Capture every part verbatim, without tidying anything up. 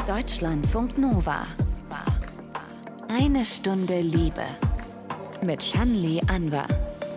Deutschlandfunk Nova. Eine Stunde Liebe. Mit Shanli Anwar.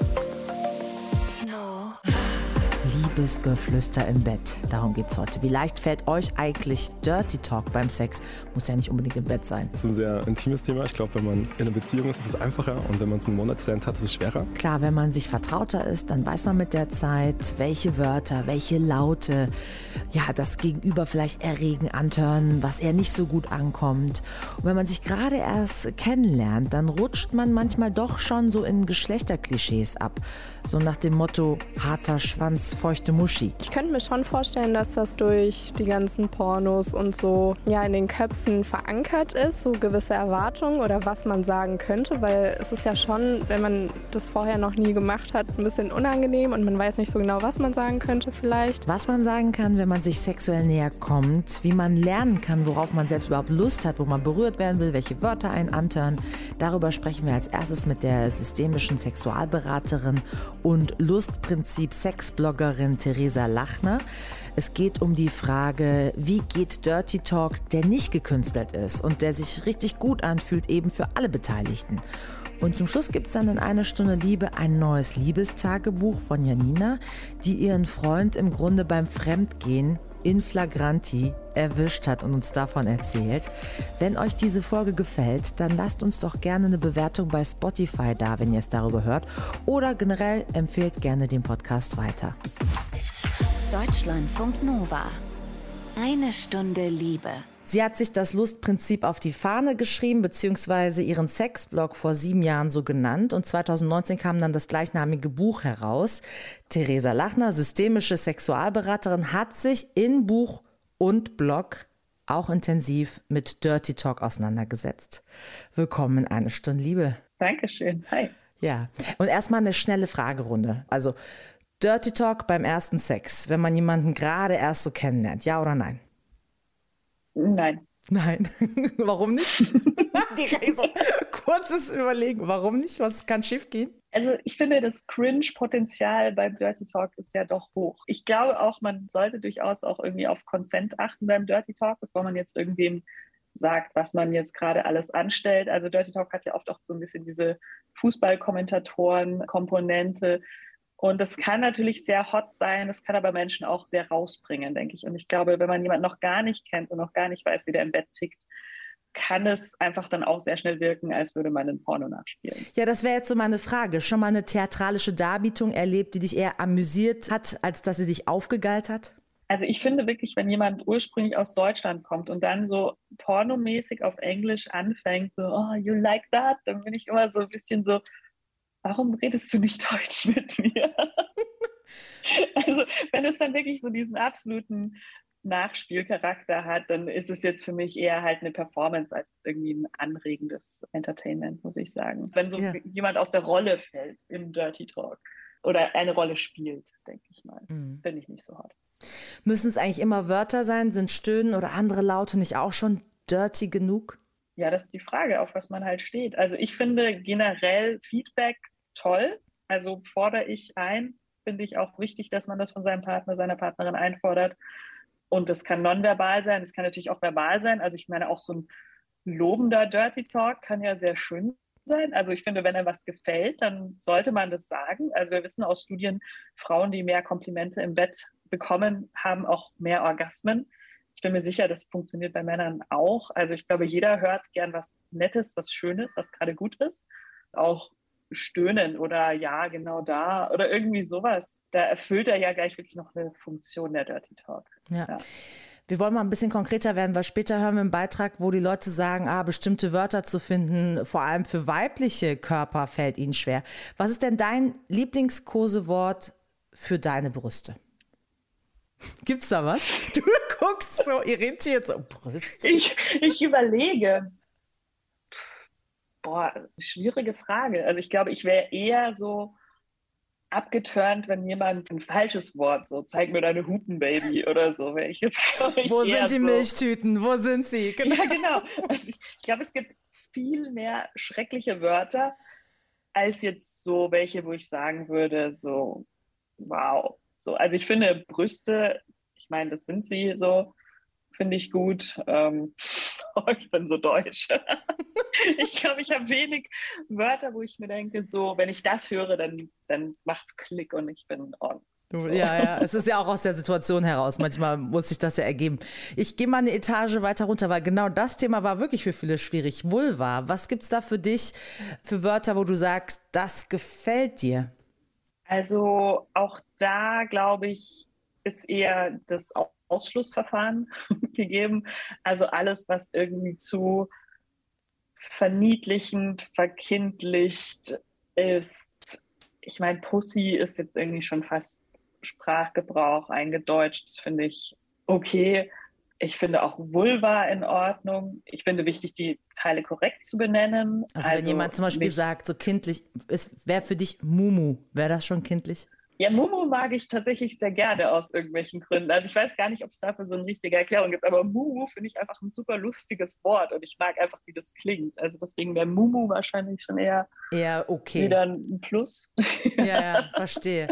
Liebesgeflüster im Bett. Darum geht's heute. Wie leicht fällt euch eigentlich Dirty Talk beim Sex? Muss ja nicht unbedingt im Bett sein. Das ist ein sehr intimes Thema. Ich glaube, wenn man in einer Beziehung ist, ist es einfacher. Und wenn man so einen One-Night-Stand hat, ist es schwerer. Klar, wenn man sich vertrauter ist, dann weiß man mit der Zeit, welche Wörter, welche Laute, ja, das Gegenüber vielleicht erregen, antören, was eher nicht so gut ankommt. Und wenn man sich gerade erst kennenlernt, dann rutscht man manchmal doch schon so in Geschlechterklischees ab. So nach dem Motto, harter Schwanz, feuchte Muschi. Ich könnte mir schon vorstellen, dass das durch die ganzen Pornos und so ja in den Köpfen verankert ist, so gewisse Erwartungen oder was man sagen könnte, weil es ist ja schon, wenn man das vorher noch nie gemacht hat, ein bisschen unangenehm und man weiß nicht so genau, was man sagen könnte vielleicht. Was man sagen kann, wenn man sich sexuell näher kommt, wie man lernen kann, worauf man selbst überhaupt Lust hat, wo man berührt werden will, welche Wörter einen antören. Darüber sprechen wir als erstes mit der systemischen Sexualberaterin und Lustprinzip-Sexbloggerin Theresa Lachner. Es geht um die Frage, wie geht Dirty Talk, der nicht gekünstelt ist und der sich richtig gut anfühlt, eben für alle Beteiligten. Und zum Schluss gibt es dann in einer Stunde Liebe ein neues Liebestagebuch von Janina, die ihren Freund im Grunde beim Fremdgehen in flagranti erwischt hat und uns davon erzählt. Wenn euch diese Folge gefällt, dann lasst uns doch gerne eine Bewertung bei Spotify da, wenn ihr es darüber hört. Oder generell empfehlt gerne den Podcast weiter. Deutschlandfunk Nova. Eine Stunde Liebe. Sie hat sich das Lustprinzip auf die Fahne geschrieben, beziehungsweise ihren Sexblog vor sieben Jahren so genannt. Und zwanzig neunzehn kam dann das gleichnamige Buch heraus. Theresa Lachner, systemische Sexualberaterin, hat sich in Buch und Blog auch intensiv mit Dirty Talk auseinandergesetzt. Willkommen in Eine Stunde Liebe. Dankeschön. Hi. Ja, und erstmal eine schnelle Fragerunde. Also Dirty Talk beim ersten Sex, wenn man jemanden gerade erst so kennenlernt, ja oder nein? Nein. Nein. Warum nicht? Direkt so kurzes Überlegen. Warum nicht? Was kann schief gehen? Also ich finde, das Cringe-Potenzial beim Dirty Talk ist ja doch hoch. Ich glaube auch, man sollte durchaus auch irgendwie auf Consent achten beim Dirty Talk, bevor man jetzt irgendwem sagt, was man jetzt gerade alles anstellt. Also Dirty Talk hat ja oft auch so ein bisschen diese Fußballkommentatoren-Komponente. Und das kann natürlich sehr hot sein, das kann aber Menschen auch sehr rausbringen, denke ich. Und ich glaube, wenn man jemanden noch gar nicht kennt und noch gar nicht weiß, wie der im Bett tickt, kann es einfach dann auch sehr schnell wirken, als würde man ein Porno nachspielen. Ja, das wäre jetzt so meine Frage. Schon mal eine theatralische Darbietung erlebt, die dich eher amüsiert hat, als dass sie dich aufgegeilt hat? Also ich finde wirklich, wenn jemand ursprünglich aus Deutschland kommt und dann so pornomäßig auf Englisch anfängt, so, oh, you like that, dann bin ich immer so ein bisschen so, warum redest du nicht Deutsch mit mir? Also wenn es dann wirklich so diesen absoluten Nachspielcharakter hat, dann ist es jetzt für mich eher halt eine Performance als irgendwie ein anregendes Entertainment, muss ich sagen. Wenn so ja. jemand aus der Rolle fällt im Dirty Talk oder eine Rolle spielt, denke ich mal. Mhm. Das finde ich nicht so hot. Müssen es eigentlich immer Wörter sein? Sind Stöhnen oder andere Laute nicht auch schon dirty genug? Ja, das ist die Frage, auf was man halt steht. Also ich finde generell Feedback toll. Also fordere ich ein, finde ich auch wichtig, dass man das von seinem Partner, seiner Partnerin einfordert. Und das kann nonverbal sein, das kann natürlich auch verbal sein. Also ich meine, auch so ein lobender Dirty Talk kann ja sehr schön sein. Also ich finde, wenn einem was gefällt, dann sollte man das sagen. Also wir wissen aus Studien, Frauen, die mehr Komplimente im Bett bekommen, haben auch mehr Orgasmen. Ich bin mir sicher, das funktioniert bei Männern auch. Also ich glaube, jeder hört gern was Nettes, was Schönes, was gerade gut ist. Auch Stöhnen oder ja, genau da oder irgendwie sowas. Da erfüllt er ja gleich wirklich noch eine Funktion, der Dirty Talk. Ja. Ja. Wir wollen mal ein bisschen konkreter werden, weil später hören wir einen Beitrag, wo die Leute sagen, ah, bestimmte Wörter zu finden, vor allem für weibliche Körper fällt ihnen schwer. Was ist denn dein Lieblingskosewort für deine Brüste? Gibt's da was? Du guckst so irritiert, so Brüste. Ich, ich überlege. Boah, schwierige Frage. Also ich glaube, ich wäre eher so abgeturnt, wenn jemand ein falsches Wort, so zeig mir deine Hupen-Baby oder so, wäre ich jetzt, glaube ich, Wo sind die so. Milchtüten? Wo sind sie? Genau. Ja, genau. Also ich, ich glaube, es gibt viel mehr schreckliche Wörter, als jetzt so welche, wo ich sagen würde, so wow. So, also ich finde Brüste, ich meine, das sind sie so, finde ich gut. Ähm, oh, ich bin so deutsch. Ich glaube, ich habe wenig Wörter, wo ich mir denke, so, wenn ich das höre, dann, dann macht's Klick und ich bin on. So. Ja, ja, es ist ja auch aus der Situation heraus. Manchmal muss sich das ja ergeben. Ich gehe mal eine Etage weiter runter, weil genau das Thema war wirklich für viele schwierig. Vulva, was gibt's da für dich für Wörter, wo du sagst, das gefällt dir? Also auch da, glaube ich, ist eher das Ausschlussverfahren gegeben. Also alles, was irgendwie zu verniedlichend, verkindlicht ist. Ich meine, Pussy ist jetzt irgendwie schon fast Sprachgebrauch eingedeutscht. Das finde ich okay. Ich finde auch Vulva in Ordnung. Ich finde wichtig, die Teile korrekt zu benennen. Also, also wenn jemand zum Beispiel sagt, so kindlich, wäre für dich Mumu, wäre das schon kindlich? Ja, Mumu mag ich tatsächlich sehr gerne aus irgendwelchen Gründen. Also ich weiß gar nicht, ob es dafür so eine richtige Erklärung gibt, aber Mumu finde ich einfach ein super lustiges Wort und ich mag einfach, wie das klingt. Also deswegen wäre Mumu wahrscheinlich schon eher, eher okay. wieder ein Plus. Ja, ja, verstehe.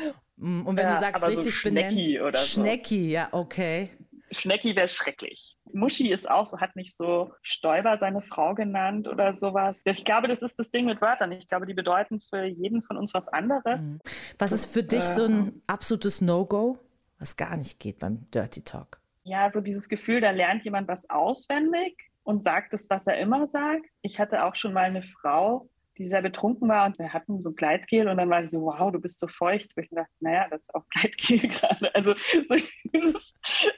Und wenn ja, du sagst, richtig so Schnecki benennen, oder so. Schnecki, ja, okay. Schnecki wäre schrecklich. Muschi ist auch so, hat nicht so Stoiber seine Frau genannt oder sowas. Ich glaube, das ist das Ding mit Wörtern. Ich glaube, die bedeuten für jeden von uns was anderes. Was das, ist für dich äh, so ein absolutes No-Go, was gar nicht geht beim Dirty Talk? Ja, so dieses Gefühl, da lernt jemand was auswendig und sagt es, was er immer sagt. Ich hatte auch schon mal eine Frau, die sehr betrunken war und wir hatten so Gleitgel und dann war sie so, wow, du bist so feucht. Und ich dachte, naja, das ist auch Gleitgel gerade. Also so, dieses,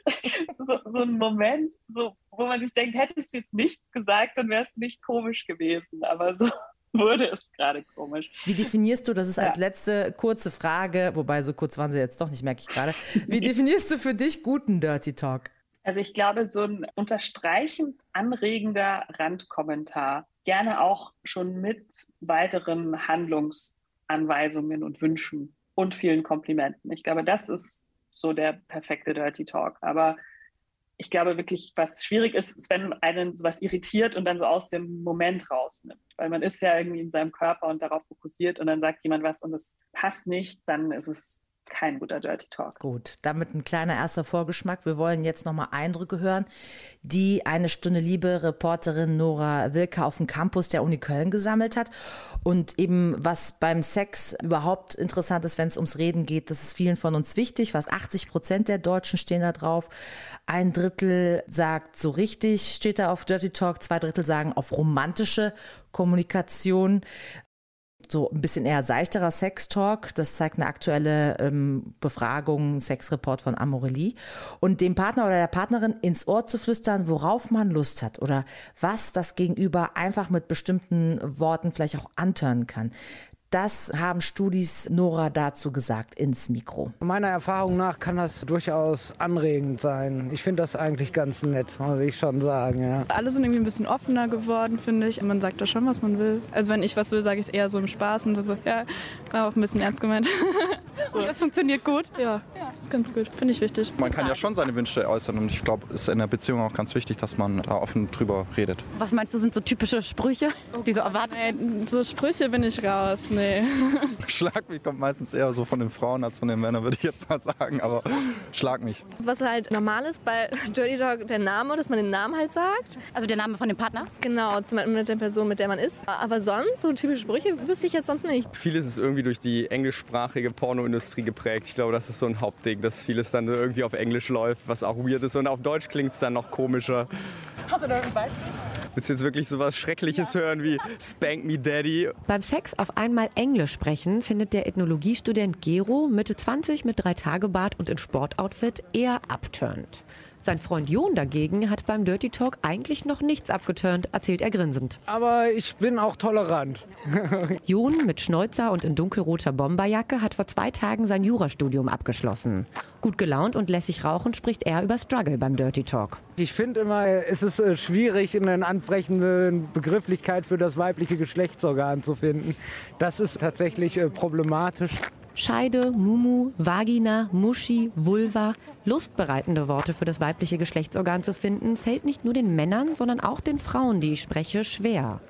so, so ein Moment, so, wo man sich denkt, hättest du jetzt nichts gesagt, dann wäre es nicht komisch gewesen. Aber so wurde es gerade komisch. Wie definierst du, das ist als Ja. letzte kurze Frage, wobei so kurz waren sie jetzt doch nicht, merke ich gerade. Wie definierst du für dich guten Dirty Talk? Also ich glaube, so ein unterstreichend anregender Randkommentar, gerne auch schon mit weiteren Handlungsanweisungen und Wünschen und vielen Komplimenten. Ich glaube, das ist so der perfekte Dirty Talk. Aber ich glaube wirklich, was schwierig ist, ist, wenn einen sowas irritiert und dann so aus dem Moment rausnimmt. Weil man ist ja irgendwie in seinem Körper und darauf fokussiert und dann sagt jemand was und es passt nicht, dann ist es kein guter Dirty Talk. Gut, damit ein kleiner erster Vorgeschmack. Wir wollen jetzt nochmal Eindrücke hören, die eine Stunde Liebe Reporterin Nora Wilke auf dem Campus der Uni Köln gesammelt hat. Und eben, was beim Sex überhaupt interessant ist, wenn es ums Reden geht, das ist vielen von uns wichtig. Fast achtzig Prozent der Deutschen stehen da drauf. Ein Drittel sagt so richtig, steht da auf Dirty Talk. Zwei Drittel sagen auf romantische Kommunikation. So ein bisschen eher seichterer Sextalk, das zeigt eine aktuelle ähm, Befragung, Sexreport von Amorelie. Und dem Partner oder der Partnerin ins Ohr zu flüstern, worauf man Lust hat oder was das Gegenüber einfach mit bestimmten Worten vielleicht auch antören kann. Das haben Studis Nora dazu gesagt ins Mikro. Meiner Erfahrung nach kann das durchaus anregend sein. Ich finde das eigentlich ganz nett, muss ich schon sagen. Ja. Alle sind irgendwie ein bisschen offener geworden, finde ich. Man sagt da schon, was man will. Also wenn ich was will, sage ich es eher so im Spaß und so, ja, war auch ein bisschen ernst gemeint. So. Das funktioniert gut. Ja, ist ganz gut. Finde ich wichtig. Man kann ja schon seine Wünsche äußern und ich glaube, es ist in der Beziehung auch ganz wichtig, dass man da offen drüber redet. Was meinst du, sind so typische Sprüche, die so erwarten? Nee, so Sprüche bin ich raus, nee. Schlag mich kommt meistens eher so von den Frauen als von den Männern, würde ich jetzt mal sagen, aber schlag mich. Was halt normal ist bei Dirty Talk, der Name, dass man den Namen halt sagt. Also der Name von dem Partner? Genau, zum Beispiel mit der Person, mit der man ist. Aber sonst, so typische Sprüche, wüsste ich jetzt sonst nicht. Vieles ist irgendwie durch die englischsprachige Pornoindustrie geprägt. Ich glaube, das ist so ein Hauptding, dass vieles dann irgendwie auf Englisch läuft, was auch weird ist. Und auf Deutsch klingt es dann noch komischer. Hast du da ein Beispiel? Willst du jetzt wirklich so was Schreckliches ja. hören wie Spank Me Daddy? Beim Sex auf einmal Englisch sprechen findet der Ethnologiestudent Gero, Mitte zwanzig, mit Drei-Tage-Bart und in Sportoutfit eher abturnt. Sein Freund Jon dagegen hat beim Dirty Talk eigentlich noch nichts abgeturnt, erzählt er grinsend. Aber ich bin auch tolerant. Jon mit Schnäuzer und in dunkelroter Bomberjacke hat vor zwei Tagen sein Jurastudium abgeschlossen. Gut gelaunt und lässig rauchend spricht er über Struggle beim Dirty Talk. Ich finde immer, es ist äh, schwierig, eine ansprechende Begrifflichkeit für das weibliche Geschlechtsorgan zu finden. Das ist tatsächlich äh, problematisch. Scheide, Mumu, Vagina, Muschi, Vulva. Lustbereitende Worte für das weibliche Geschlechtsorgan zu finden, fällt nicht nur den Männern, sondern auch den Frauen, die ich spreche, schwer.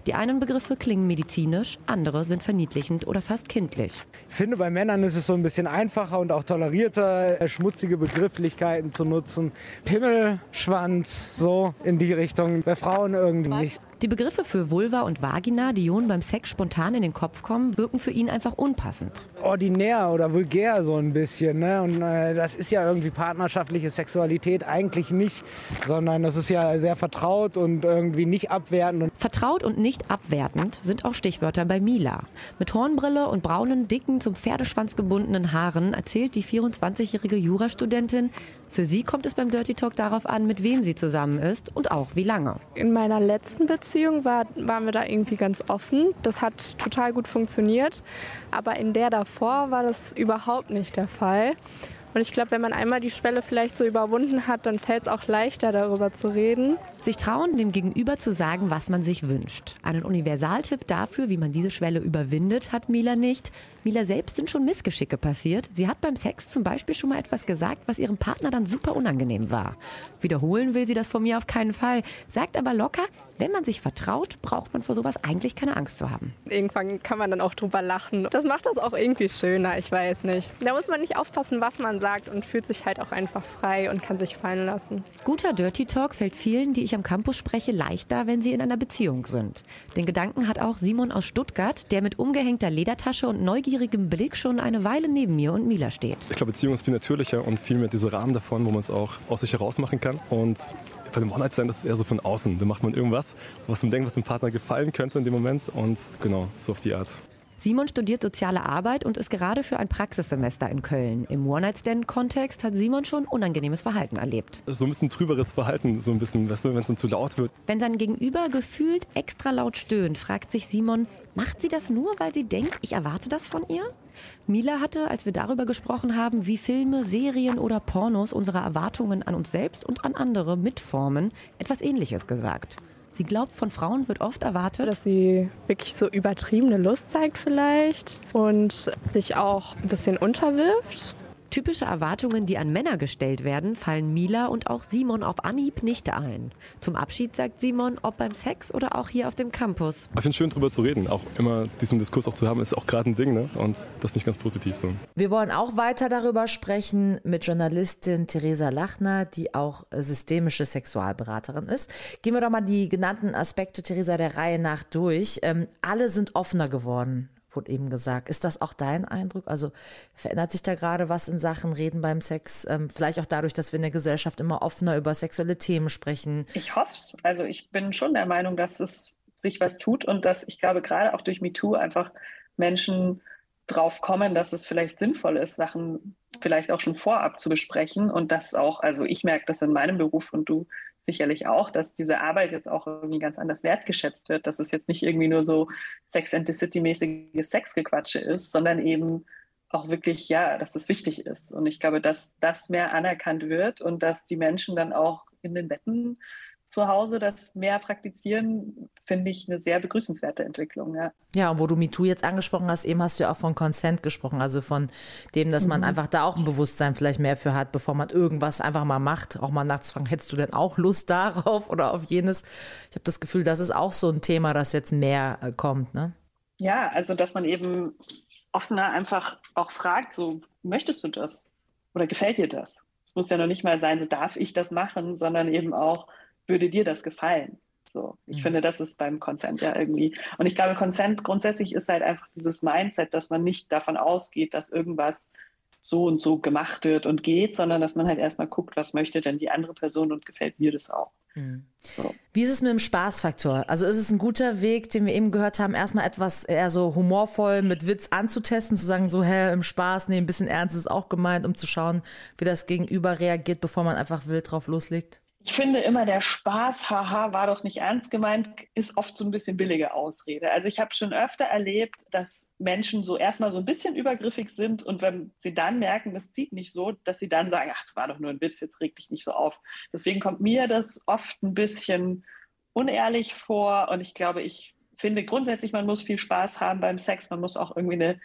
Die einen Begriffe klingen medizinisch, andere sind verniedlichend oder fast kindlich. Ich finde, bei Männern ist es so ein bisschen einfacher und auch tolerierter, schmutzige Begrifflichkeiten zu nutzen. Pimmel, Schwanz, so in die Richtung. Bei Frauen irgendwie nicht. Die Begriffe für Vulva und Vagina, die Jon beim Sex spontan in den Kopf kommen, wirken für ihn einfach unpassend. Ordinär oder vulgär so ein bisschen. Ne? Und äh, das ist ja irgendwie partnerschaftliche Sexualität eigentlich nicht, sondern das ist ja sehr vertraut und irgendwie nicht abwertend. Vertraut und nicht abwertend sind auch Stichwörter bei Mila. Mit Hornbrille und braunen, dicken, zum Pferdeschwanz gebundenen Haaren erzählt die vierundzwanzigjährige Jurastudentin, für sie kommt es beim Dirty Talk darauf an, mit wem sie zusammen ist und auch wie lange. In meiner letzten Beziehung war, waren wir da irgendwie ganz offen. Das hat total gut funktioniert. Aber in der davor war das überhaupt nicht der Fall. Und ich glaube, wenn man einmal die Schwelle vielleicht so überwunden hat, dann fällt es auch leichter, darüber zu reden. Sich trauen, dem Gegenüber zu sagen, was man sich wünscht. Einen Universaltipp dafür, wie man diese Schwelle überwindet, hat Mila nicht. Mila selbst sind schon Missgeschicke passiert. Sie hat beim Sex zum Beispiel schon mal etwas gesagt, was ihrem Partner dann super unangenehm war. Wiederholen will sie das von mir auf keinen Fall, sagt aber locker, wenn man sich vertraut, braucht man vor sowas eigentlich keine Angst zu haben. Irgendwann kann man dann auch drüber lachen. Das macht das auch irgendwie schöner, ich weiß nicht. Da muss man nicht aufpassen, was man sagt und fühlt sich halt auch einfach frei und kann sich fallen lassen. Guter Dirty Talk fällt vielen, die ich am Campus spreche, leichter, wenn sie in einer Beziehung sind. Den Gedanken hat auch Simon aus Stuttgart, der mit umgehängter Ledertasche und neugierigem Blick schon eine Weile neben mir und Mila steht. Ich glaube, Beziehung ist viel natürlicher und viel mehr dieser Rahmen davon, wo man es auch aus sich heraus machen kann. Und bei dem One-Night-Stand ist es eher so von außen. Da macht man irgendwas, was man denkt, was dem Partner gefallen könnte in dem Moment. Und genau, so auf die Art. Simon studiert soziale Arbeit und ist gerade für ein Praxissemester in Köln. Im One-Night-Stand-Kontext hat Simon schon unangenehmes Verhalten erlebt. So ein bisschen trüberes Verhalten, so ein bisschen, weißt du, wenn es dann zu laut wird. Wenn sein Gegenüber gefühlt extra laut stöhnt, fragt sich Simon, macht sie das nur, weil sie denkt, ich erwarte das von ihr? Mila hatte, als wir darüber gesprochen haben, wie Filme, Serien oder Pornos unsere Erwartungen an uns selbst und an andere mitformen, etwas Ähnliches gesagt. Sie glaubt, von Frauen wird oft erwartet, dass sie wirklich so übertriebene Lust zeigt vielleicht und sich auch ein bisschen unterwirft. Typische Erwartungen, die an Männer gestellt werden, fallen Mila und auch Simon auf Anhieb nicht ein. Zum Abschied sagt Simon, ob beim Sex oder auch hier auf dem Campus. Ich finde es schön, drüber zu reden, auch immer diesen Diskurs auch zu haben, ist auch gerade ein Ding, ne? Und das finde ich ganz positiv so. Wir wollen auch weiter darüber sprechen mit Journalistin Theresa Lachner, die auch systemische Sexualberaterin ist. Gehen wir doch mal die genannten Aspekte, Theresa, der Reihe nach durch. Ähm, alle sind offener geworden, wurde eben gesagt. Ist das auch dein Eindruck? Also verändert sich da gerade was in Sachen Reden beim Sex? Ähm, vielleicht auch dadurch, dass wir in der Gesellschaft immer offener über sexuelle Themen sprechen. Ich hoffe es. Also ich bin schon der Meinung, dass es sich was tut und dass ich glaube, gerade auch durch MeToo einfach Menschen drauf kommen, dass es vielleicht sinnvoll ist, Sachen vielleicht auch schon vorab zu besprechen und das auch, also ich merke das in meinem Beruf und du sicherlich auch, dass diese Arbeit jetzt auch irgendwie ganz anders wertgeschätzt wird, dass es jetzt nicht irgendwie nur so Sex and the City-mäßiges Sexgequatsche ist, sondern eben auch wirklich, ja, dass es wichtig ist. Und ich glaube, dass das mehr anerkannt wird und dass die Menschen dann auch in den Betten zu Hause das mehr praktizieren, finde ich eine sehr begrüßenswerte Entwicklung. Ja. Ja, und wo du MeToo jetzt angesprochen hast, eben hast du ja auch von Consent gesprochen, also von dem, dass man mhm. einfach da auch ein Bewusstsein vielleicht mehr für hat, bevor man irgendwas einfach mal macht, auch mal nachzufragen, hättest du denn auch Lust darauf oder auf jenes? Ich habe das Gefühl, das ist auch so ein Thema, das jetzt mehr äh, kommt, ne? Ja, also dass man eben offener einfach auch fragt, so, möchtest du das oder gefällt dir das? Es muss ja noch nicht mal sein, so darf ich das machen, sondern eben auch, würde dir das gefallen? So, ich mhm. finde, das ist beim Consent ja irgendwie. Und ich glaube, Consent grundsätzlich ist halt einfach dieses Mindset, dass man nicht davon ausgeht, dass irgendwas so und so gemacht wird und geht, sondern dass man halt erstmal guckt, was möchte denn die andere Person und gefällt mir das auch. Mhm. So. Wie ist es mit dem Spaßfaktor? Also ist es ein guter Weg, den wir eben gehört haben, erstmal etwas eher so humorvoll mit Witz anzutesten, zu sagen, so, hä, im Spaß, nee, ein bisschen ernst ist auch gemeint, um zu schauen, wie das Gegenüber reagiert, bevor man einfach wild drauf loslegt? Ich finde immer, der Spaß, haha, war doch nicht ernst gemeint, ist oft so ein bisschen billige Ausrede. Also ich habe schon öfter erlebt, dass Menschen so erstmal so ein bisschen übergriffig sind und wenn sie dann merken, das zieht nicht so, dass sie dann sagen, ach, es war doch nur ein Witz, jetzt reg dich nicht so auf. Deswegen kommt mir das oft ein bisschen unehrlich vor und ich glaube, ich finde grundsätzlich, man muss viel Spaß haben beim Sex, man muss auch irgendwie eine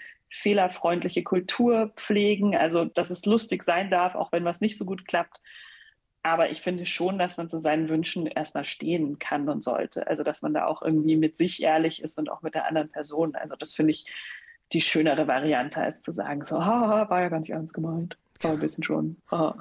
fehlerfreundliche Kultur pflegen, also dass es lustig sein darf, auch wenn was nicht so gut klappt. Aber ich finde schon, dass man zu seinen Wünschen erstmal stehen kann und sollte. Also, dass man da auch irgendwie mit sich ehrlich ist und auch mit der anderen Person. Also, das finde ich die schönere Variante, als zu sagen, so, haha, war ja gar nicht ernst gemeint. War ein bisschen schon.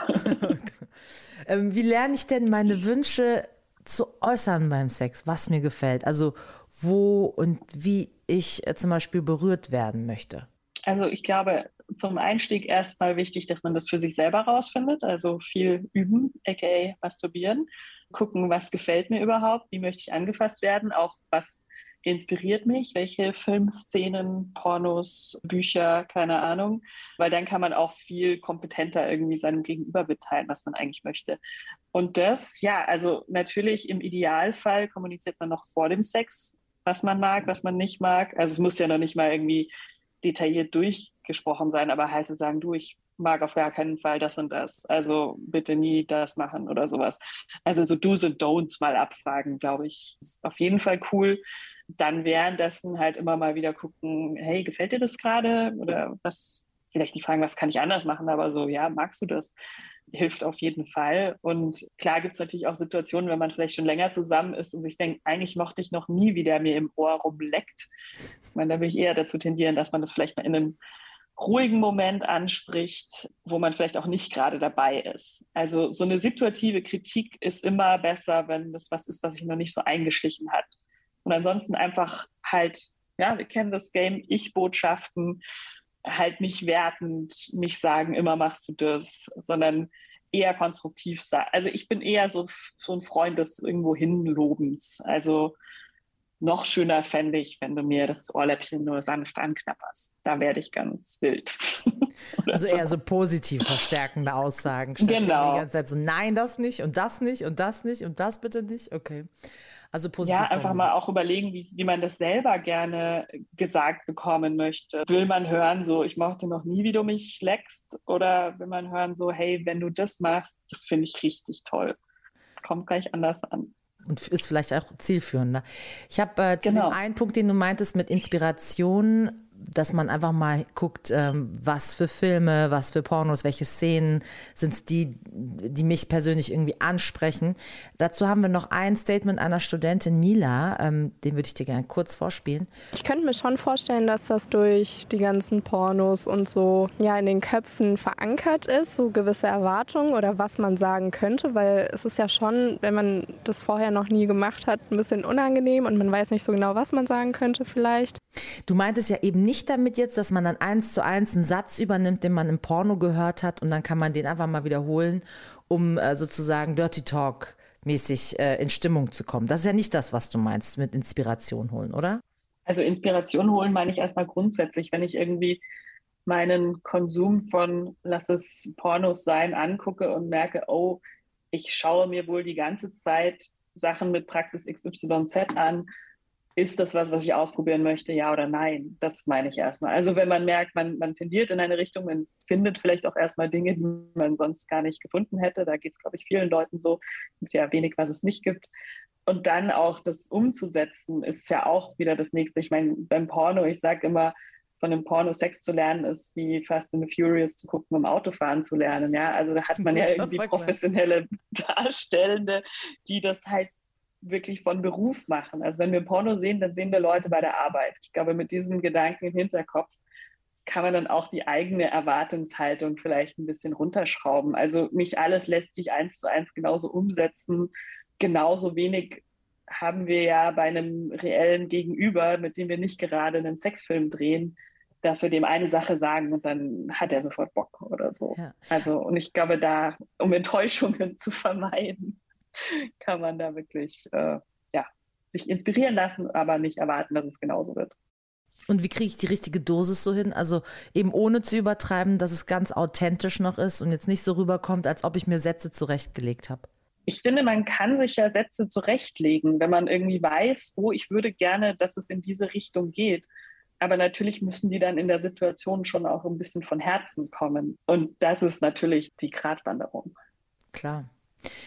ähm, wie lerne ich denn meine Wünsche zu äußern beim Sex, was mir gefällt? Also, wo und wie ich äh, zum Beispiel berührt werden möchte? Also ich glaube, zum Einstieg erstmal wichtig, dass man das für sich selber rausfindet. Also viel üben, aka masturbieren. Gucken, was gefällt mir überhaupt, wie möchte ich angefasst werden, auch was inspiriert mich, welche Filmszenen, Pornos, Bücher, keine Ahnung. Weil dann kann man auch viel kompetenter irgendwie seinem Gegenüber mitteilen, was man eigentlich möchte. Und das, ja, also natürlich im Idealfall kommuniziert man noch vor dem Sex, was man mag, was man nicht mag. Also es muss ja noch nicht mal irgendwie detailliert durchgesprochen sein, aber heißt es sagen, du, ich mag auf gar keinen Fall das und das, also bitte nie das machen oder sowas. Also so Do's und Don'ts mal abfragen, glaube ich, ist auf jeden Fall cool. Dann währenddessen halt immer mal wieder gucken, hey, gefällt dir das gerade? Oder was, vielleicht nicht fragen, was kann ich anders machen, aber so, ja, magst du das? Hilft auf jeden Fall. Und klar gibt es natürlich auch Situationen, wenn man vielleicht schon länger zusammen ist und sich denkt, eigentlich mochte ich noch nie, wie der mir im Ohr rumleckt. Ich meine, da würde ich eher dazu tendieren, dass man das vielleicht mal in einem ruhigen Moment anspricht, wo man vielleicht auch nicht gerade dabei ist. Also so eine situative Kritik ist immer besser, wenn das was ist, was sich noch nicht so eingeschlichen hat. Und ansonsten einfach halt, ja, wir kennen das Game, Ich-Botschaften, halt nicht wertend, nicht sagen, immer machst du das, sondern eher konstruktiv sagen. Also ich bin eher so, so ein Freund des irgendwo Hinlobens. Also noch schöner fände ich, wenn du mir das Ohrläppchen nur sanft anknapperst. Da werde ich ganz wild. Also so. Eher so positiv verstärkende Aussagen. Statt genau. Die ganze Zeit so, nein, das nicht und das nicht und das nicht und das bitte nicht. Okay. Also positiv. Ja, einfach mal auch überlegen, wie, wie man das selber gerne gesagt bekommen möchte. Will man hören, so, ich mochte noch nie, wie du mich leckst? Oder will man hören, so, hey, wenn du das machst, das finde ich richtig toll. Kommt gleich anders an. Und ist vielleicht auch zielführender. Ich habe äh, zu genau. dem einen Punkt, den du meintest, mit Inspiration, dass man einfach mal guckt, ähm, was für Filme, was für Pornos, welche Szenen sind es die, die mich persönlich irgendwie ansprechen. Dazu haben wir noch ein Statement einer Studentin, Mila, ähm, den würde ich dir gerne kurz vorspielen. Ich könnte mir schon vorstellen, dass das durch die ganzen Pornos und so ja in den Köpfen verankert ist, so gewisse Erwartungen oder was man sagen könnte, weil es ist ja schon, wenn man das vorher noch nie gemacht hat, ein bisschen unangenehm und man weiß nicht so genau, was man sagen könnte vielleicht. Du meintest ja eben nicht damit jetzt, dass man dann eins zu eins einen Satz übernimmt, den man im Porno gehört hat und dann kann man den einfach mal wiederholen, um äh, sozusagen Dirty Talk mäßig äh, in Stimmung zu kommen. Das ist ja nicht das, was du meinst mit Inspiration holen, oder? Also Inspiration holen meine ich erstmal grundsätzlich, wenn ich irgendwie meinen Konsum von, lass es Pornos sein, angucke und merke, oh, ich schaue mir wohl die ganze Zeit Sachen mit Praxis X Y Z an. Ist das was, was ich ausprobieren möchte, ja oder nein? Das meine ich erstmal. Also wenn man merkt, man, man tendiert in eine Richtung, man findet vielleicht auch erstmal Dinge, die man sonst gar nicht gefunden hätte. Da geht es, glaube ich, vielen Leuten so. Es gibt ja wenig, was es nicht gibt. Und dann auch das umzusetzen, ist ja auch wieder das Nächste. Ich meine, beim Porno, ich sage immer, von einem Porno Sex zu lernen, ist wie Fast and the Furious zu gucken, um Autofahren zu lernen. Ja, also da hat man ja irgendwie professionelle Darstellende, die das halt wirklich von Beruf machen. Also wenn wir Porno sehen, dann sehen wir Leute bei der Arbeit. Ich glaube, mit diesem Gedanken im Hinterkopf kann man dann auch die eigene Erwartungshaltung vielleicht ein bisschen runterschrauben. Also nicht alles lässt sich eins zu eins genauso umsetzen. Genauso wenig haben wir ja bei einem reellen Gegenüber, mit dem wir nicht gerade einen Sexfilm drehen, dass wir dem eine Sache sagen und dann hat er sofort Bock oder so. Ja. Also, und ich glaube, da, um Enttäuschungen zu vermeiden, kann man da wirklich äh, ja, sich inspirieren lassen, aber nicht erwarten, dass es genauso wird. Und wie kriege ich die richtige Dosis so hin? Also eben ohne zu übertreiben, dass es ganz authentisch noch ist und jetzt nicht so rüberkommt, als ob ich mir Sätze zurechtgelegt habe. Ich finde, man kann sich ja Sätze zurechtlegen, wenn man irgendwie weiß, oh, ich würde gerne, dass es in diese Richtung geht. Aber natürlich müssen die dann in der Situation schon auch ein bisschen von Herzen kommen. Und das ist natürlich die Gratwanderung. Klar.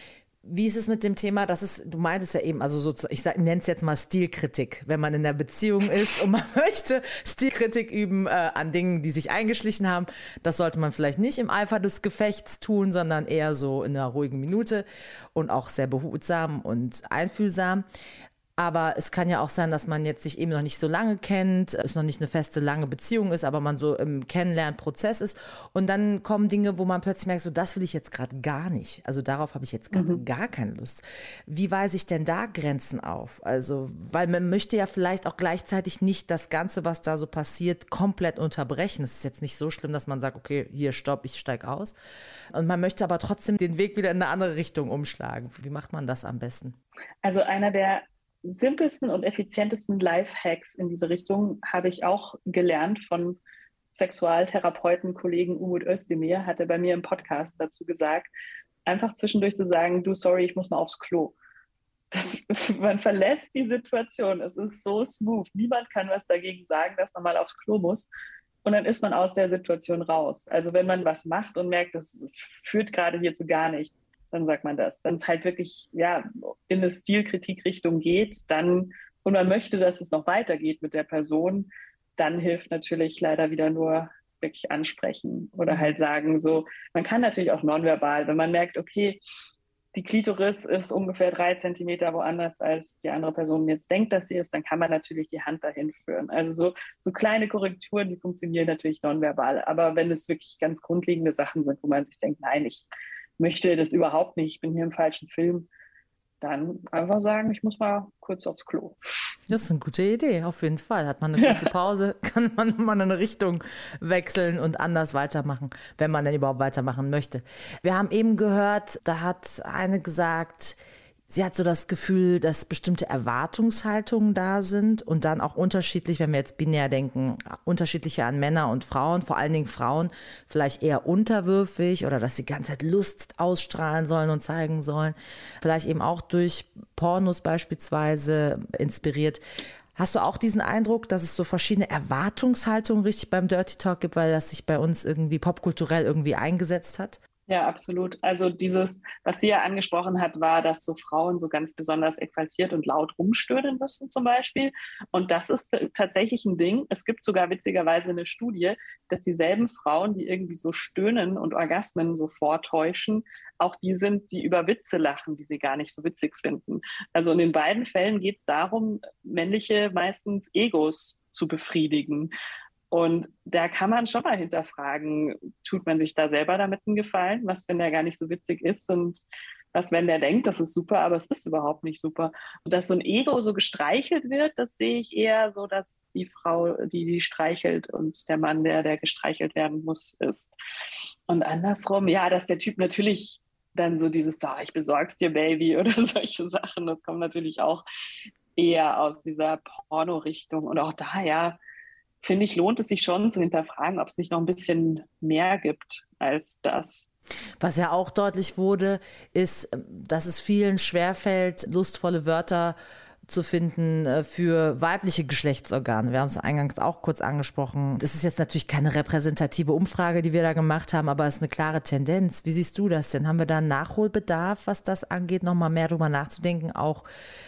Wie ist es mit dem Thema, das ist, du meintest ja eben, also so, ich nenne es jetzt mal Stilkritik, wenn man in der Beziehung ist und man möchte Stilkritik üben äh, an Dingen, die sich eingeschlichen haben, das sollte man vielleicht nicht im Eifer des Gefechts tun, sondern eher so in einer ruhigen Minute und auch sehr behutsam und einfühlsam. Aber es kann ja auch sein, dass man jetzt sich eben noch nicht so lange kennt, es noch nicht eine feste, lange Beziehung ist, aber man so im Kennenlernprozess ist. Und dann kommen Dinge, wo man plötzlich merkt, so das will ich jetzt gerade gar nicht. Also darauf habe ich jetzt gerade mhm. gar keine Lust. Wie weise ich denn da Grenzen auf? Also, weil man möchte ja vielleicht auch gleichzeitig nicht das Ganze, was da so passiert, komplett unterbrechen. Es ist jetzt nicht so schlimm, dass man sagt, okay, hier, stopp, ich steige aus. Und man möchte aber trotzdem den Weg wieder in eine andere Richtung umschlagen. Wie macht man das am besten? Also einer der simpelsten und effizientesten Lifehacks in diese Richtung habe ich auch gelernt von Sexualtherapeuten, Kollegen Umut Özdemir, hat er bei mir im Podcast dazu gesagt, einfach zwischendurch zu sagen, du, sorry, ich muss mal aufs Klo. Das, man verlässt die Situation, es ist so smooth, niemand kann was dagegen sagen, dass man mal aufs Klo muss und dann ist man aus der Situation raus. Also wenn man was macht und merkt, das führt gerade hier zu gar nichts, dann sagt man das. Wenn es halt wirklich ja, in eine Stilkritik-Richtung geht, dann und man möchte, dass es noch weitergeht mit der Person, dann hilft natürlich leider wieder nur wirklich ansprechen oder halt sagen, so, man kann natürlich auch nonverbal, wenn man merkt, okay, die Klitoris ist ungefähr drei Zentimeter woanders, als die andere Person jetzt denkt, dass sie ist, dann kann man natürlich die Hand dahin führen. Also so, so kleine Korrekturen, die funktionieren natürlich nonverbal. Aber wenn es wirklich ganz grundlegende Sachen sind, wo man sich denkt, nein, ich möchte das überhaupt nicht, ich bin hier im falschen Film, dann einfach sagen, ich muss mal kurz aufs Klo. Das ist eine gute Idee, auf jeden Fall. Hat man eine kurze Pause, kann man mal eine Richtung wechseln und anders weitermachen, wenn man denn überhaupt weitermachen möchte. Wir haben eben gehört, da hat eine gesagt, sie hat so das Gefühl, dass bestimmte Erwartungshaltungen da sind und dann auch unterschiedlich, wenn wir jetzt binär denken, unterschiedliche an Männer und Frauen, vor allen Dingen Frauen, vielleicht eher unterwürfig oder dass sie die ganze Zeit Lust ausstrahlen sollen und zeigen sollen. Vielleicht eben auch durch Pornos beispielsweise inspiriert. Hast du auch diesen Eindruck, dass es so verschiedene Erwartungshaltungen richtig beim Dirty Talk gibt, weil das sich bei uns irgendwie popkulturell irgendwie eingesetzt hat? Ja, absolut. Also dieses, was sie ja angesprochen hat, war, dass so Frauen so ganz besonders exaltiert und laut rumstöhnen müssen zum Beispiel. Und das ist tatsächlich ein Ding. Es gibt sogar witzigerweise eine Studie, dass dieselben Frauen, die irgendwie so stöhnen und Orgasmen so vortäuschen, auch die sind, die über Witze lachen, die sie gar nicht so witzig finden. Also in den beiden Fällen geht es darum, männliche meistens Egos zu befriedigen. Und da kann man schon mal hinterfragen, tut man sich da selber damit einen Gefallen? Was, wenn der gar nicht so witzig ist? Und was, wenn der denkt, das ist super, aber es ist überhaupt nicht super? Und dass so ein Ego so gestreichelt wird, das sehe ich eher so, dass die Frau, die die streichelt und der Mann, der, der gestreichelt werden muss, ist. Und andersrum, ja, dass der Typ natürlich dann so dieses, oh, ich besorg's dir, Baby, oder solche Sachen, das kommt natürlich auch eher aus dieser Porno-Richtung. Und auch da, ja, finde ich, lohnt es sich schon zu hinterfragen, ob es nicht noch ein bisschen mehr gibt als das. Was ja auch deutlich wurde, ist, dass es vielen schwerfällt, lustvolle Wörter zu finden für weibliche Geschlechtsorgane. Wir haben es eingangs auch kurz angesprochen. Das ist jetzt natürlich keine repräsentative Umfrage, die wir da gemacht haben, aber es ist eine klare Tendenz. Wie siehst du das denn? Haben wir da einen Nachholbedarf, was das angeht, nochmal mehr drüber nachzudenken, auch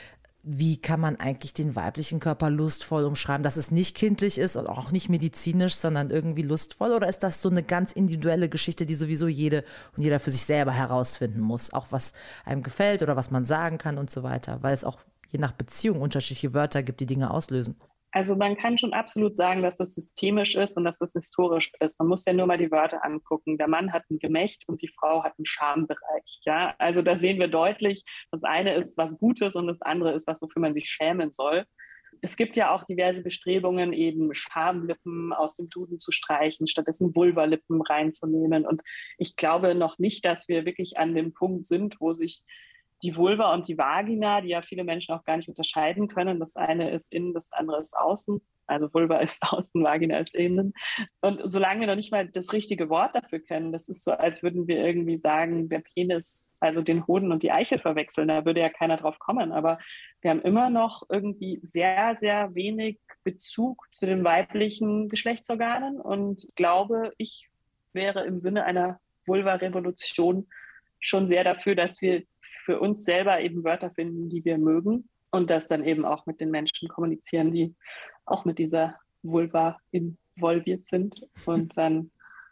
wie kann man eigentlich den weiblichen Körper lustvoll umschreiben, dass es nicht kindlich ist und auch nicht medizinisch, sondern irgendwie lustvoll? Oder ist das so eine ganz individuelle Geschichte, die sowieso jede und jeder für sich selber herausfinden muss, auch was einem gefällt oder was man sagen kann und so weiter, weil es auch je nach Beziehung unterschiedliche Wörter gibt, die Dinge auslösen? Also man kann schon absolut sagen, dass das systemisch ist und dass das historisch ist. Man muss ja nur mal die Wörter angucken. Der Mann hat ein Gemächt und die Frau hat einen Schambereich. Ja? Also da sehen wir deutlich, das eine ist was Gutes und das andere ist was, wofür man sich schämen soll. Es gibt ja auch diverse Bestrebungen, eben Schamlippen aus dem Duden zu streichen, stattdessen Vulvalippen reinzunehmen. Und ich glaube noch nicht, dass wir wirklich an dem Punkt sind, wo sich die Vulva und die Vagina, die ja viele Menschen auch gar nicht unterscheiden können. Das eine ist innen, das andere ist außen. Also Vulva ist außen, Vagina ist innen. Und solange wir noch nicht mal das richtige Wort dafür kennen, das ist so, als würden wir irgendwie sagen, der Penis, also den Hoden und die Eichel verwechseln. Da würde ja keiner drauf kommen. Aber wir haben immer noch irgendwie sehr, sehr wenig Bezug zu den weiblichen Geschlechtsorganen. Und glaube, ich wäre im Sinne einer Vulva-Revolution schon sehr dafür, dass wir für uns selber eben Wörter finden, die wir mögen und das dann eben auch mit den Menschen kommunizieren, die auch mit dieser Vulva involviert sind und dann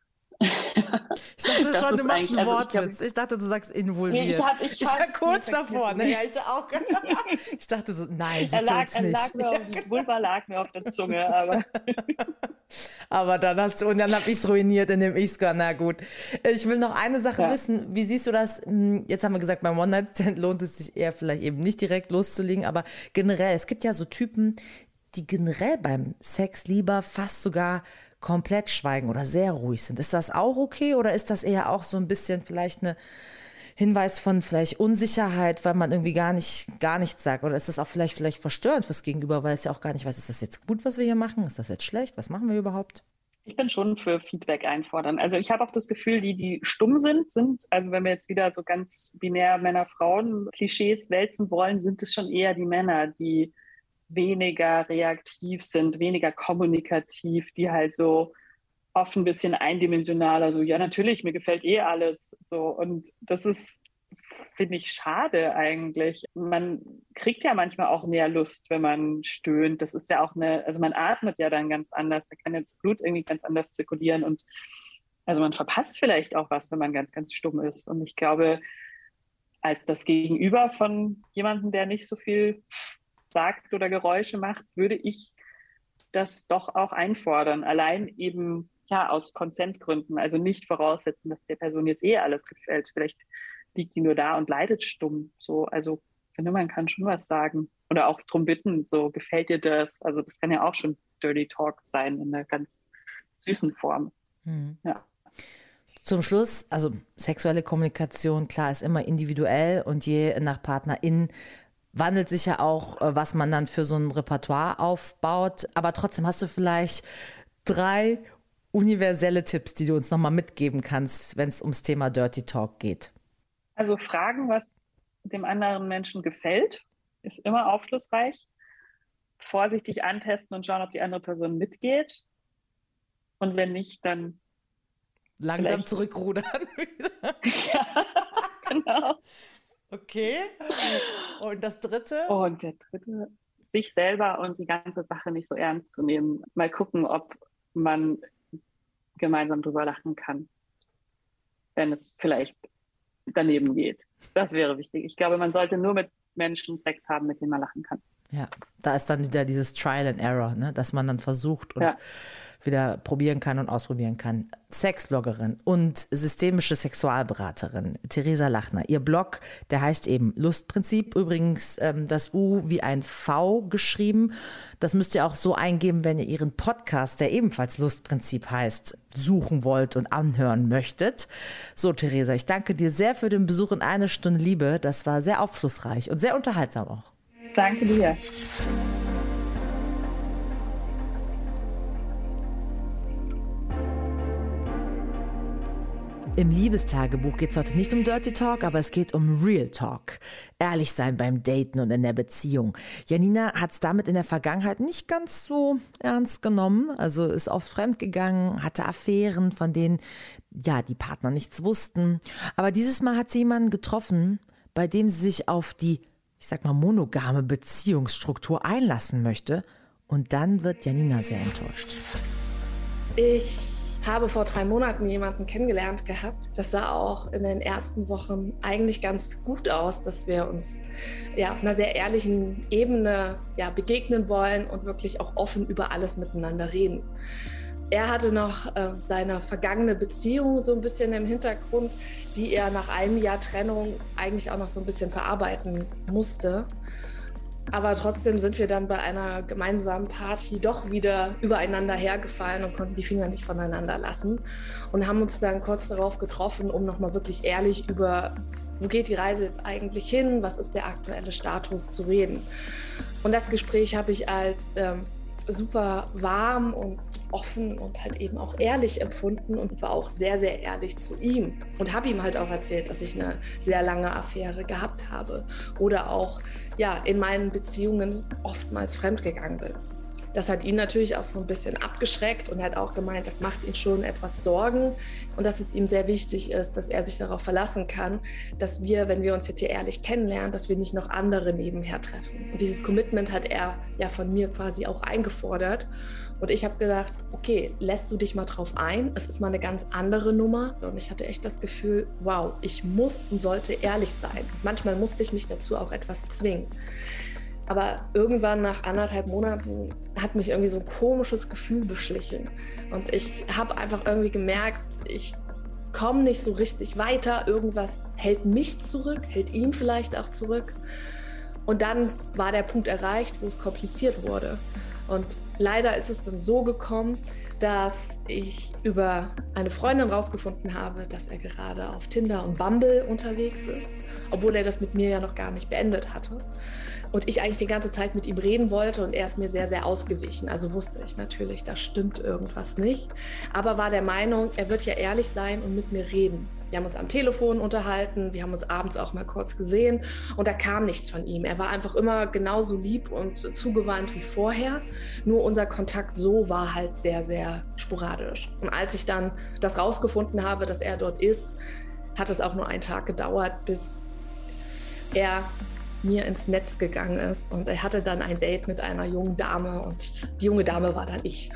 ich dachte das schon, du machst einen also Wortwitz. Ich, ich dachte, du sagst involviert. Nee, ich, hab, ich, ich war kurz davor. Ne? Ja, ich, auch. Ich dachte so, nein, sie er lag, tut's nicht. Er lag mir auf, die Vulva lag mir auf der Zunge, aber... aber dann hast du, und dann habe ich es ruiniert, indem ich es kann. Na gut. Ich will noch eine Sache ja. wissen. Wie siehst du das? Jetzt haben wir gesagt, beim One-Night-Stand lohnt es sich eher vielleicht eben nicht direkt loszulegen, aber generell, es gibt ja so Typen, die generell beim Sex lieber fast sogar komplett schweigen oder sehr ruhig sind. Ist das auch okay oder ist das eher auch so ein bisschen vielleicht ein Hinweis von vielleicht Unsicherheit, weil man irgendwie gar nicht gar nichts sagt? Oder ist das auch vielleicht vielleicht verstörend fürs Gegenüber, weil es ja auch gar nicht weiß, ist das jetzt gut, was wir hier machen? Ist das jetzt schlecht? Was machen wir überhaupt? Ich bin schon für Feedback einfordern. Also ich habe auch das Gefühl, die, die stumm sind, sind, also wenn wir jetzt wieder so ganz binär Männer-Frauen-Klischees wälzen wollen, sind es schon eher die Männer, die weniger reaktiv sind, weniger kommunikativ, die halt so oft ein bisschen eindimensionaler, so ja natürlich, mir gefällt eh alles, so, und das ist, finde ich, schade eigentlich. Man kriegt ja manchmal auch mehr Lust, wenn man stöhnt, das ist ja auch eine, also man atmet ja dann ganz anders, da kann jetzt Blut irgendwie ganz anders zirkulieren und also man verpasst vielleicht auch was, wenn man ganz, ganz stumm ist, und ich glaube, als das Gegenüber von jemandem, der nicht so viel sagt oder Geräusche macht, würde ich das doch auch einfordern. Allein eben ja aus Konsentgründen. Also nicht voraussetzen, dass der Person jetzt eh alles gefällt. Vielleicht liegt die nur da und leidet stumm. So, also ich finde, man kann schon was sagen. Oder auch drum bitten, so gefällt dir das? Also das kann ja auch schon Dirty Talk sein in einer ganz süßen Form. Hm. Ja. Zum Schluss, also sexuelle Kommunikation, klar, ist immer individuell und je nach PartnerInnen wandelt sich ja auch, was man dann für so ein Repertoire aufbaut. Aber trotzdem hast du vielleicht drei universelle Tipps, die du uns nochmal mitgeben kannst, wenn es ums Thema Dirty Talk geht. Also fragen, was dem anderen Menschen gefällt, ist immer aufschlussreich. Vorsichtig antesten und schauen, ob die andere Person mitgeht. Und wenn nicht, dann langsam zurückrudern wieder. Ja, genau. Okay. Und das dritte? Und der dritte, sich selber und die ganze Sache nicht so ernst zu nehmen. Mal gucken, ob man gemeinsam drüber lachen kann, wenn es vielleicht daneben geht. Das wäre wichtig. Ich glaube, man sollte nur mit Menschen Sex haben, mit denen man lachen kann. Ja, da ist dann wieder dieses Trial and Error, ne? Dass man dann versucht und ja. wieder probieren kann und ausprobieren kann. Sexbloggerin und systemische Sexualberaterin Theresa Lachner. Ihr Blog, der heißt eben Lustprinzip. Übrigens ähm, das U wie ein V geschrieben. Das müsst ihr auch so eingeben, wenn ihr ihren Podcast, der ebenfalls Lustprinzip heißt, suchen wollt und anhören möchtet. So, Theresa, ich danke dir sehr für den Besuch in Eine Stunde Liebe. Das war sehr aufschlussreich und sehr unterhaltsam auch. Danke dir. Im Liebestagebuch geht es heute nicht um Dirty Talk, aber es geht um Real Talk. Ehrlich sein beim Daten und in der Beziehung. Janina hat es damit in der Vergangenheit nicht ganz so ernst genommen. Also ist oft fremdgegangen, hatte Affären, von denen ja die Partner nichts wussten. Aber dieses Mal hat sie jemanden getroffen, bei dem sie sich auf die, ich sag mal, monogame Beziehungsstruktur einlassen möchte. Und dann wird Janina sehr enttäuscht. Ich habe vor drei Monaten jemanden kennengelernt gehabt. Das sah auch in den ersten Wochen eigentlich ganz gut aus, dass wir uns ja auf einer sehr ehrlichen Ebene ja, begegnen wollen und wirklich auch offen über alles miteinander reden. Er hatte noch äh, seine vergangene Beziehung so ein bisschen im Hintergrund, die er nach einem Jahr Trennung eigentlich auch noch so ein bisschen verarbeiten musste. Aber trotzdem sind wir dann bei einer gemeinsamen Party doch wieder übereinander hergefallen und konnten die Finger nicht voneinander lassen und haben uns dann kurz darauf getroffen, um nochmal wirklich ehrlich über, wo geht die Reise jetzt eigentlich hin, was ist der aktuelle Status, zu reden. Und das Gespräch habe ich als ähm, super warm und offen und halt eben auch ehrlich empfunden und war auch sehr, sehr ehrlich zu ihm und habe ihm halt auch erzählt, dass ich eine sehr lange Affäre gehabt habe oder auch ja, in meinen Beziehungen oftmals fremdgegangen bin. Das hat ihn natürlich auch so ein bisschen abgeschreckt und er hat auch gemeint, das macht ihn schon etwas Sorgen und dass es ihm sehr wichtig ist, dass er sich darauf verlassen kann, dass wir, wenn wir uns jetzt hier ehrlich kennenlernen, dass wir nicht noch andere nebenher treffen. Und dieses Commitment hat er ja von mir quasi auch eingefordert. Und ich habe gedacht, okay, lässt du dich mal drauf ein? Es ist mal eine ganz andere Nummer. Und ich hatte echt das Gefühl, wow, ich muss und sollte ehrlich sein. Manchmal musste ich mich dazu auch etwas zwingen. Aber irgendwann nach anderthalb Monaten hat mich irgendwie so ein komisches Gefühl beschlichen. Und ich habe einfach irgendwie gemerkt, ich komme nicht so richtig weiter. Irgendwas hält mich zurück, hält ihn vielleicht auch zurück. Und dann war der Punkt erreicht, wo es kompliziert wurde. Und leider ist es dann so gekommen, dass ich über eine Freundin rausgefunden habe, dass er gerade auf Tinder und Bumble unterwegs ist, obwohl er das mit mir ja noch gar nicht beendet hatte. Und ich eigentlich die ganze Zeit mit ihm reden wollte und er ist mir sehr, sehr ausgewichen. Also wusste ich natürlich, da stimmt irgendwas nicht. Aber war der Meinung, er wird ja ehrlich sein und mit mir reden. Wir haben uns am Telefon unterhalten, wir haben uns abends auch mal kurz gesehen und da kam nichts von ihm. Er war einfach immer genauso lieb und zugewandt wie vorher. Nur unser Kontakt so war halt sehr, sehr sporadisch. Und als ich dann das rausgefunden habe, dass er dort ist, hat es auch nur einen Tag gedauert, bis er mir ins Netz gegangen ist. Und er hatte dann ein Date mit einer jungen Dame und die junge Dame war dann ich.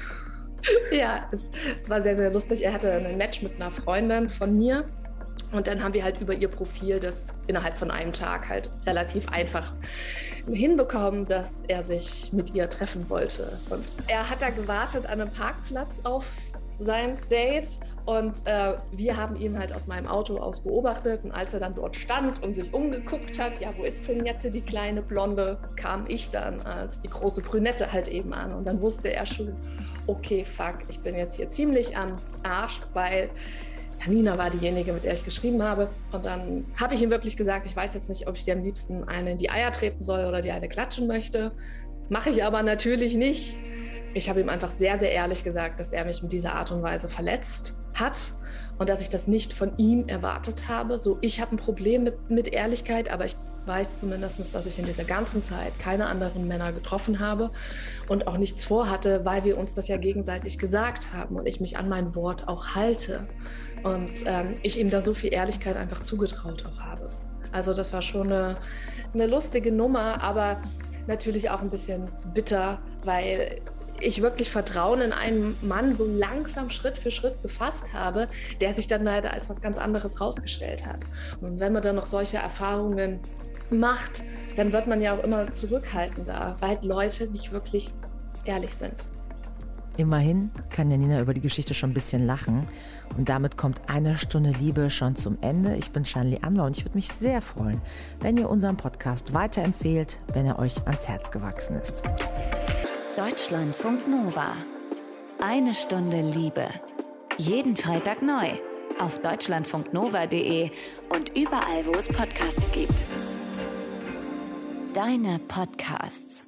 Ja, es, es war sehr, sehr lustig. Er hatte ein Match mit einer Freundin von mir. Und dann haben wir halt über ihr Profil das innerhalb von einem Tag halt relativ einfach hinbekommen, dass er sich mit ihr treffen wollte. Und er hat da gewartet an einem Parkplatz auf sein Date und äh, wir haben ihn halt aus meinem Auto aus beobachtet und als er dann dort stand und sich umgeguckt hat, ja, wo ist denn jetzt die kleine Blonde, kam ich dann als die große Brünette halt eben an und dann wusste er schon, okay, fuck, ich bin jetzt hier ziemlich am Arsch, weil Nina war diejenige, mit der ich geschrieben habe. Und dann habe ich ihm wirklich gesagt, ich weiß jetzt nicht, ob ich dir am liebsten eine in die Eier treten soll oder dir eine klatschen möchte. Mache ich aber natürlich nicht. Ich habe ihm einfach sehr, sehr ehrlich gesagt, dass er mich mit dieser Art und Weise verletzt hat und dass ich das nicht von ihm erwartet habe. So, ich habe ein Problem mit, mit Ehrlichkeit, aber ich weiß zumindest, dass ich in dieser ganzen Zeit keine anderen Männer getroffen habe und auch nichts vorhatte, weil wir uns das ja gegenseitig gesagt haben und ich mich an mein Wort auch halte und ähm, ich ihm da so viel Ehrlichkeit einfach zugetraut auch habe. Also das war schon eine, eine lustige Nummer, aber natürlich auch ein bisschen bitter, weil ich wirklich Vertrauen in einen Mann so langsam Schritt für Schritt gefasst habe, der sich dann leider als was ganz anderes rausgestellt hat. Und wenn man dann noch solche Erfahrungen macht, dann wird man ja auch immer zurückhaltender, weil Leute nicht wirklich ehrlich sind. Immerhin kann Janina über die Geschichte schon ein bisschen lachen. Und damit kommt eine Stunde Liebe schon zum Ende. Ich bin Shanli Anwar und ich würde mich sehr freuen, wenn ihr unseren Podcast weiterempfehlt, wenn er euch ans Herz gewachsen ist. Deutschlandfunk Nova. Eine Stunde Liebe. Jeden Freitag neu. Auf deutschlandfunk nova punkt de und überall, wo es Podcasts gibt. Deine Podcasts.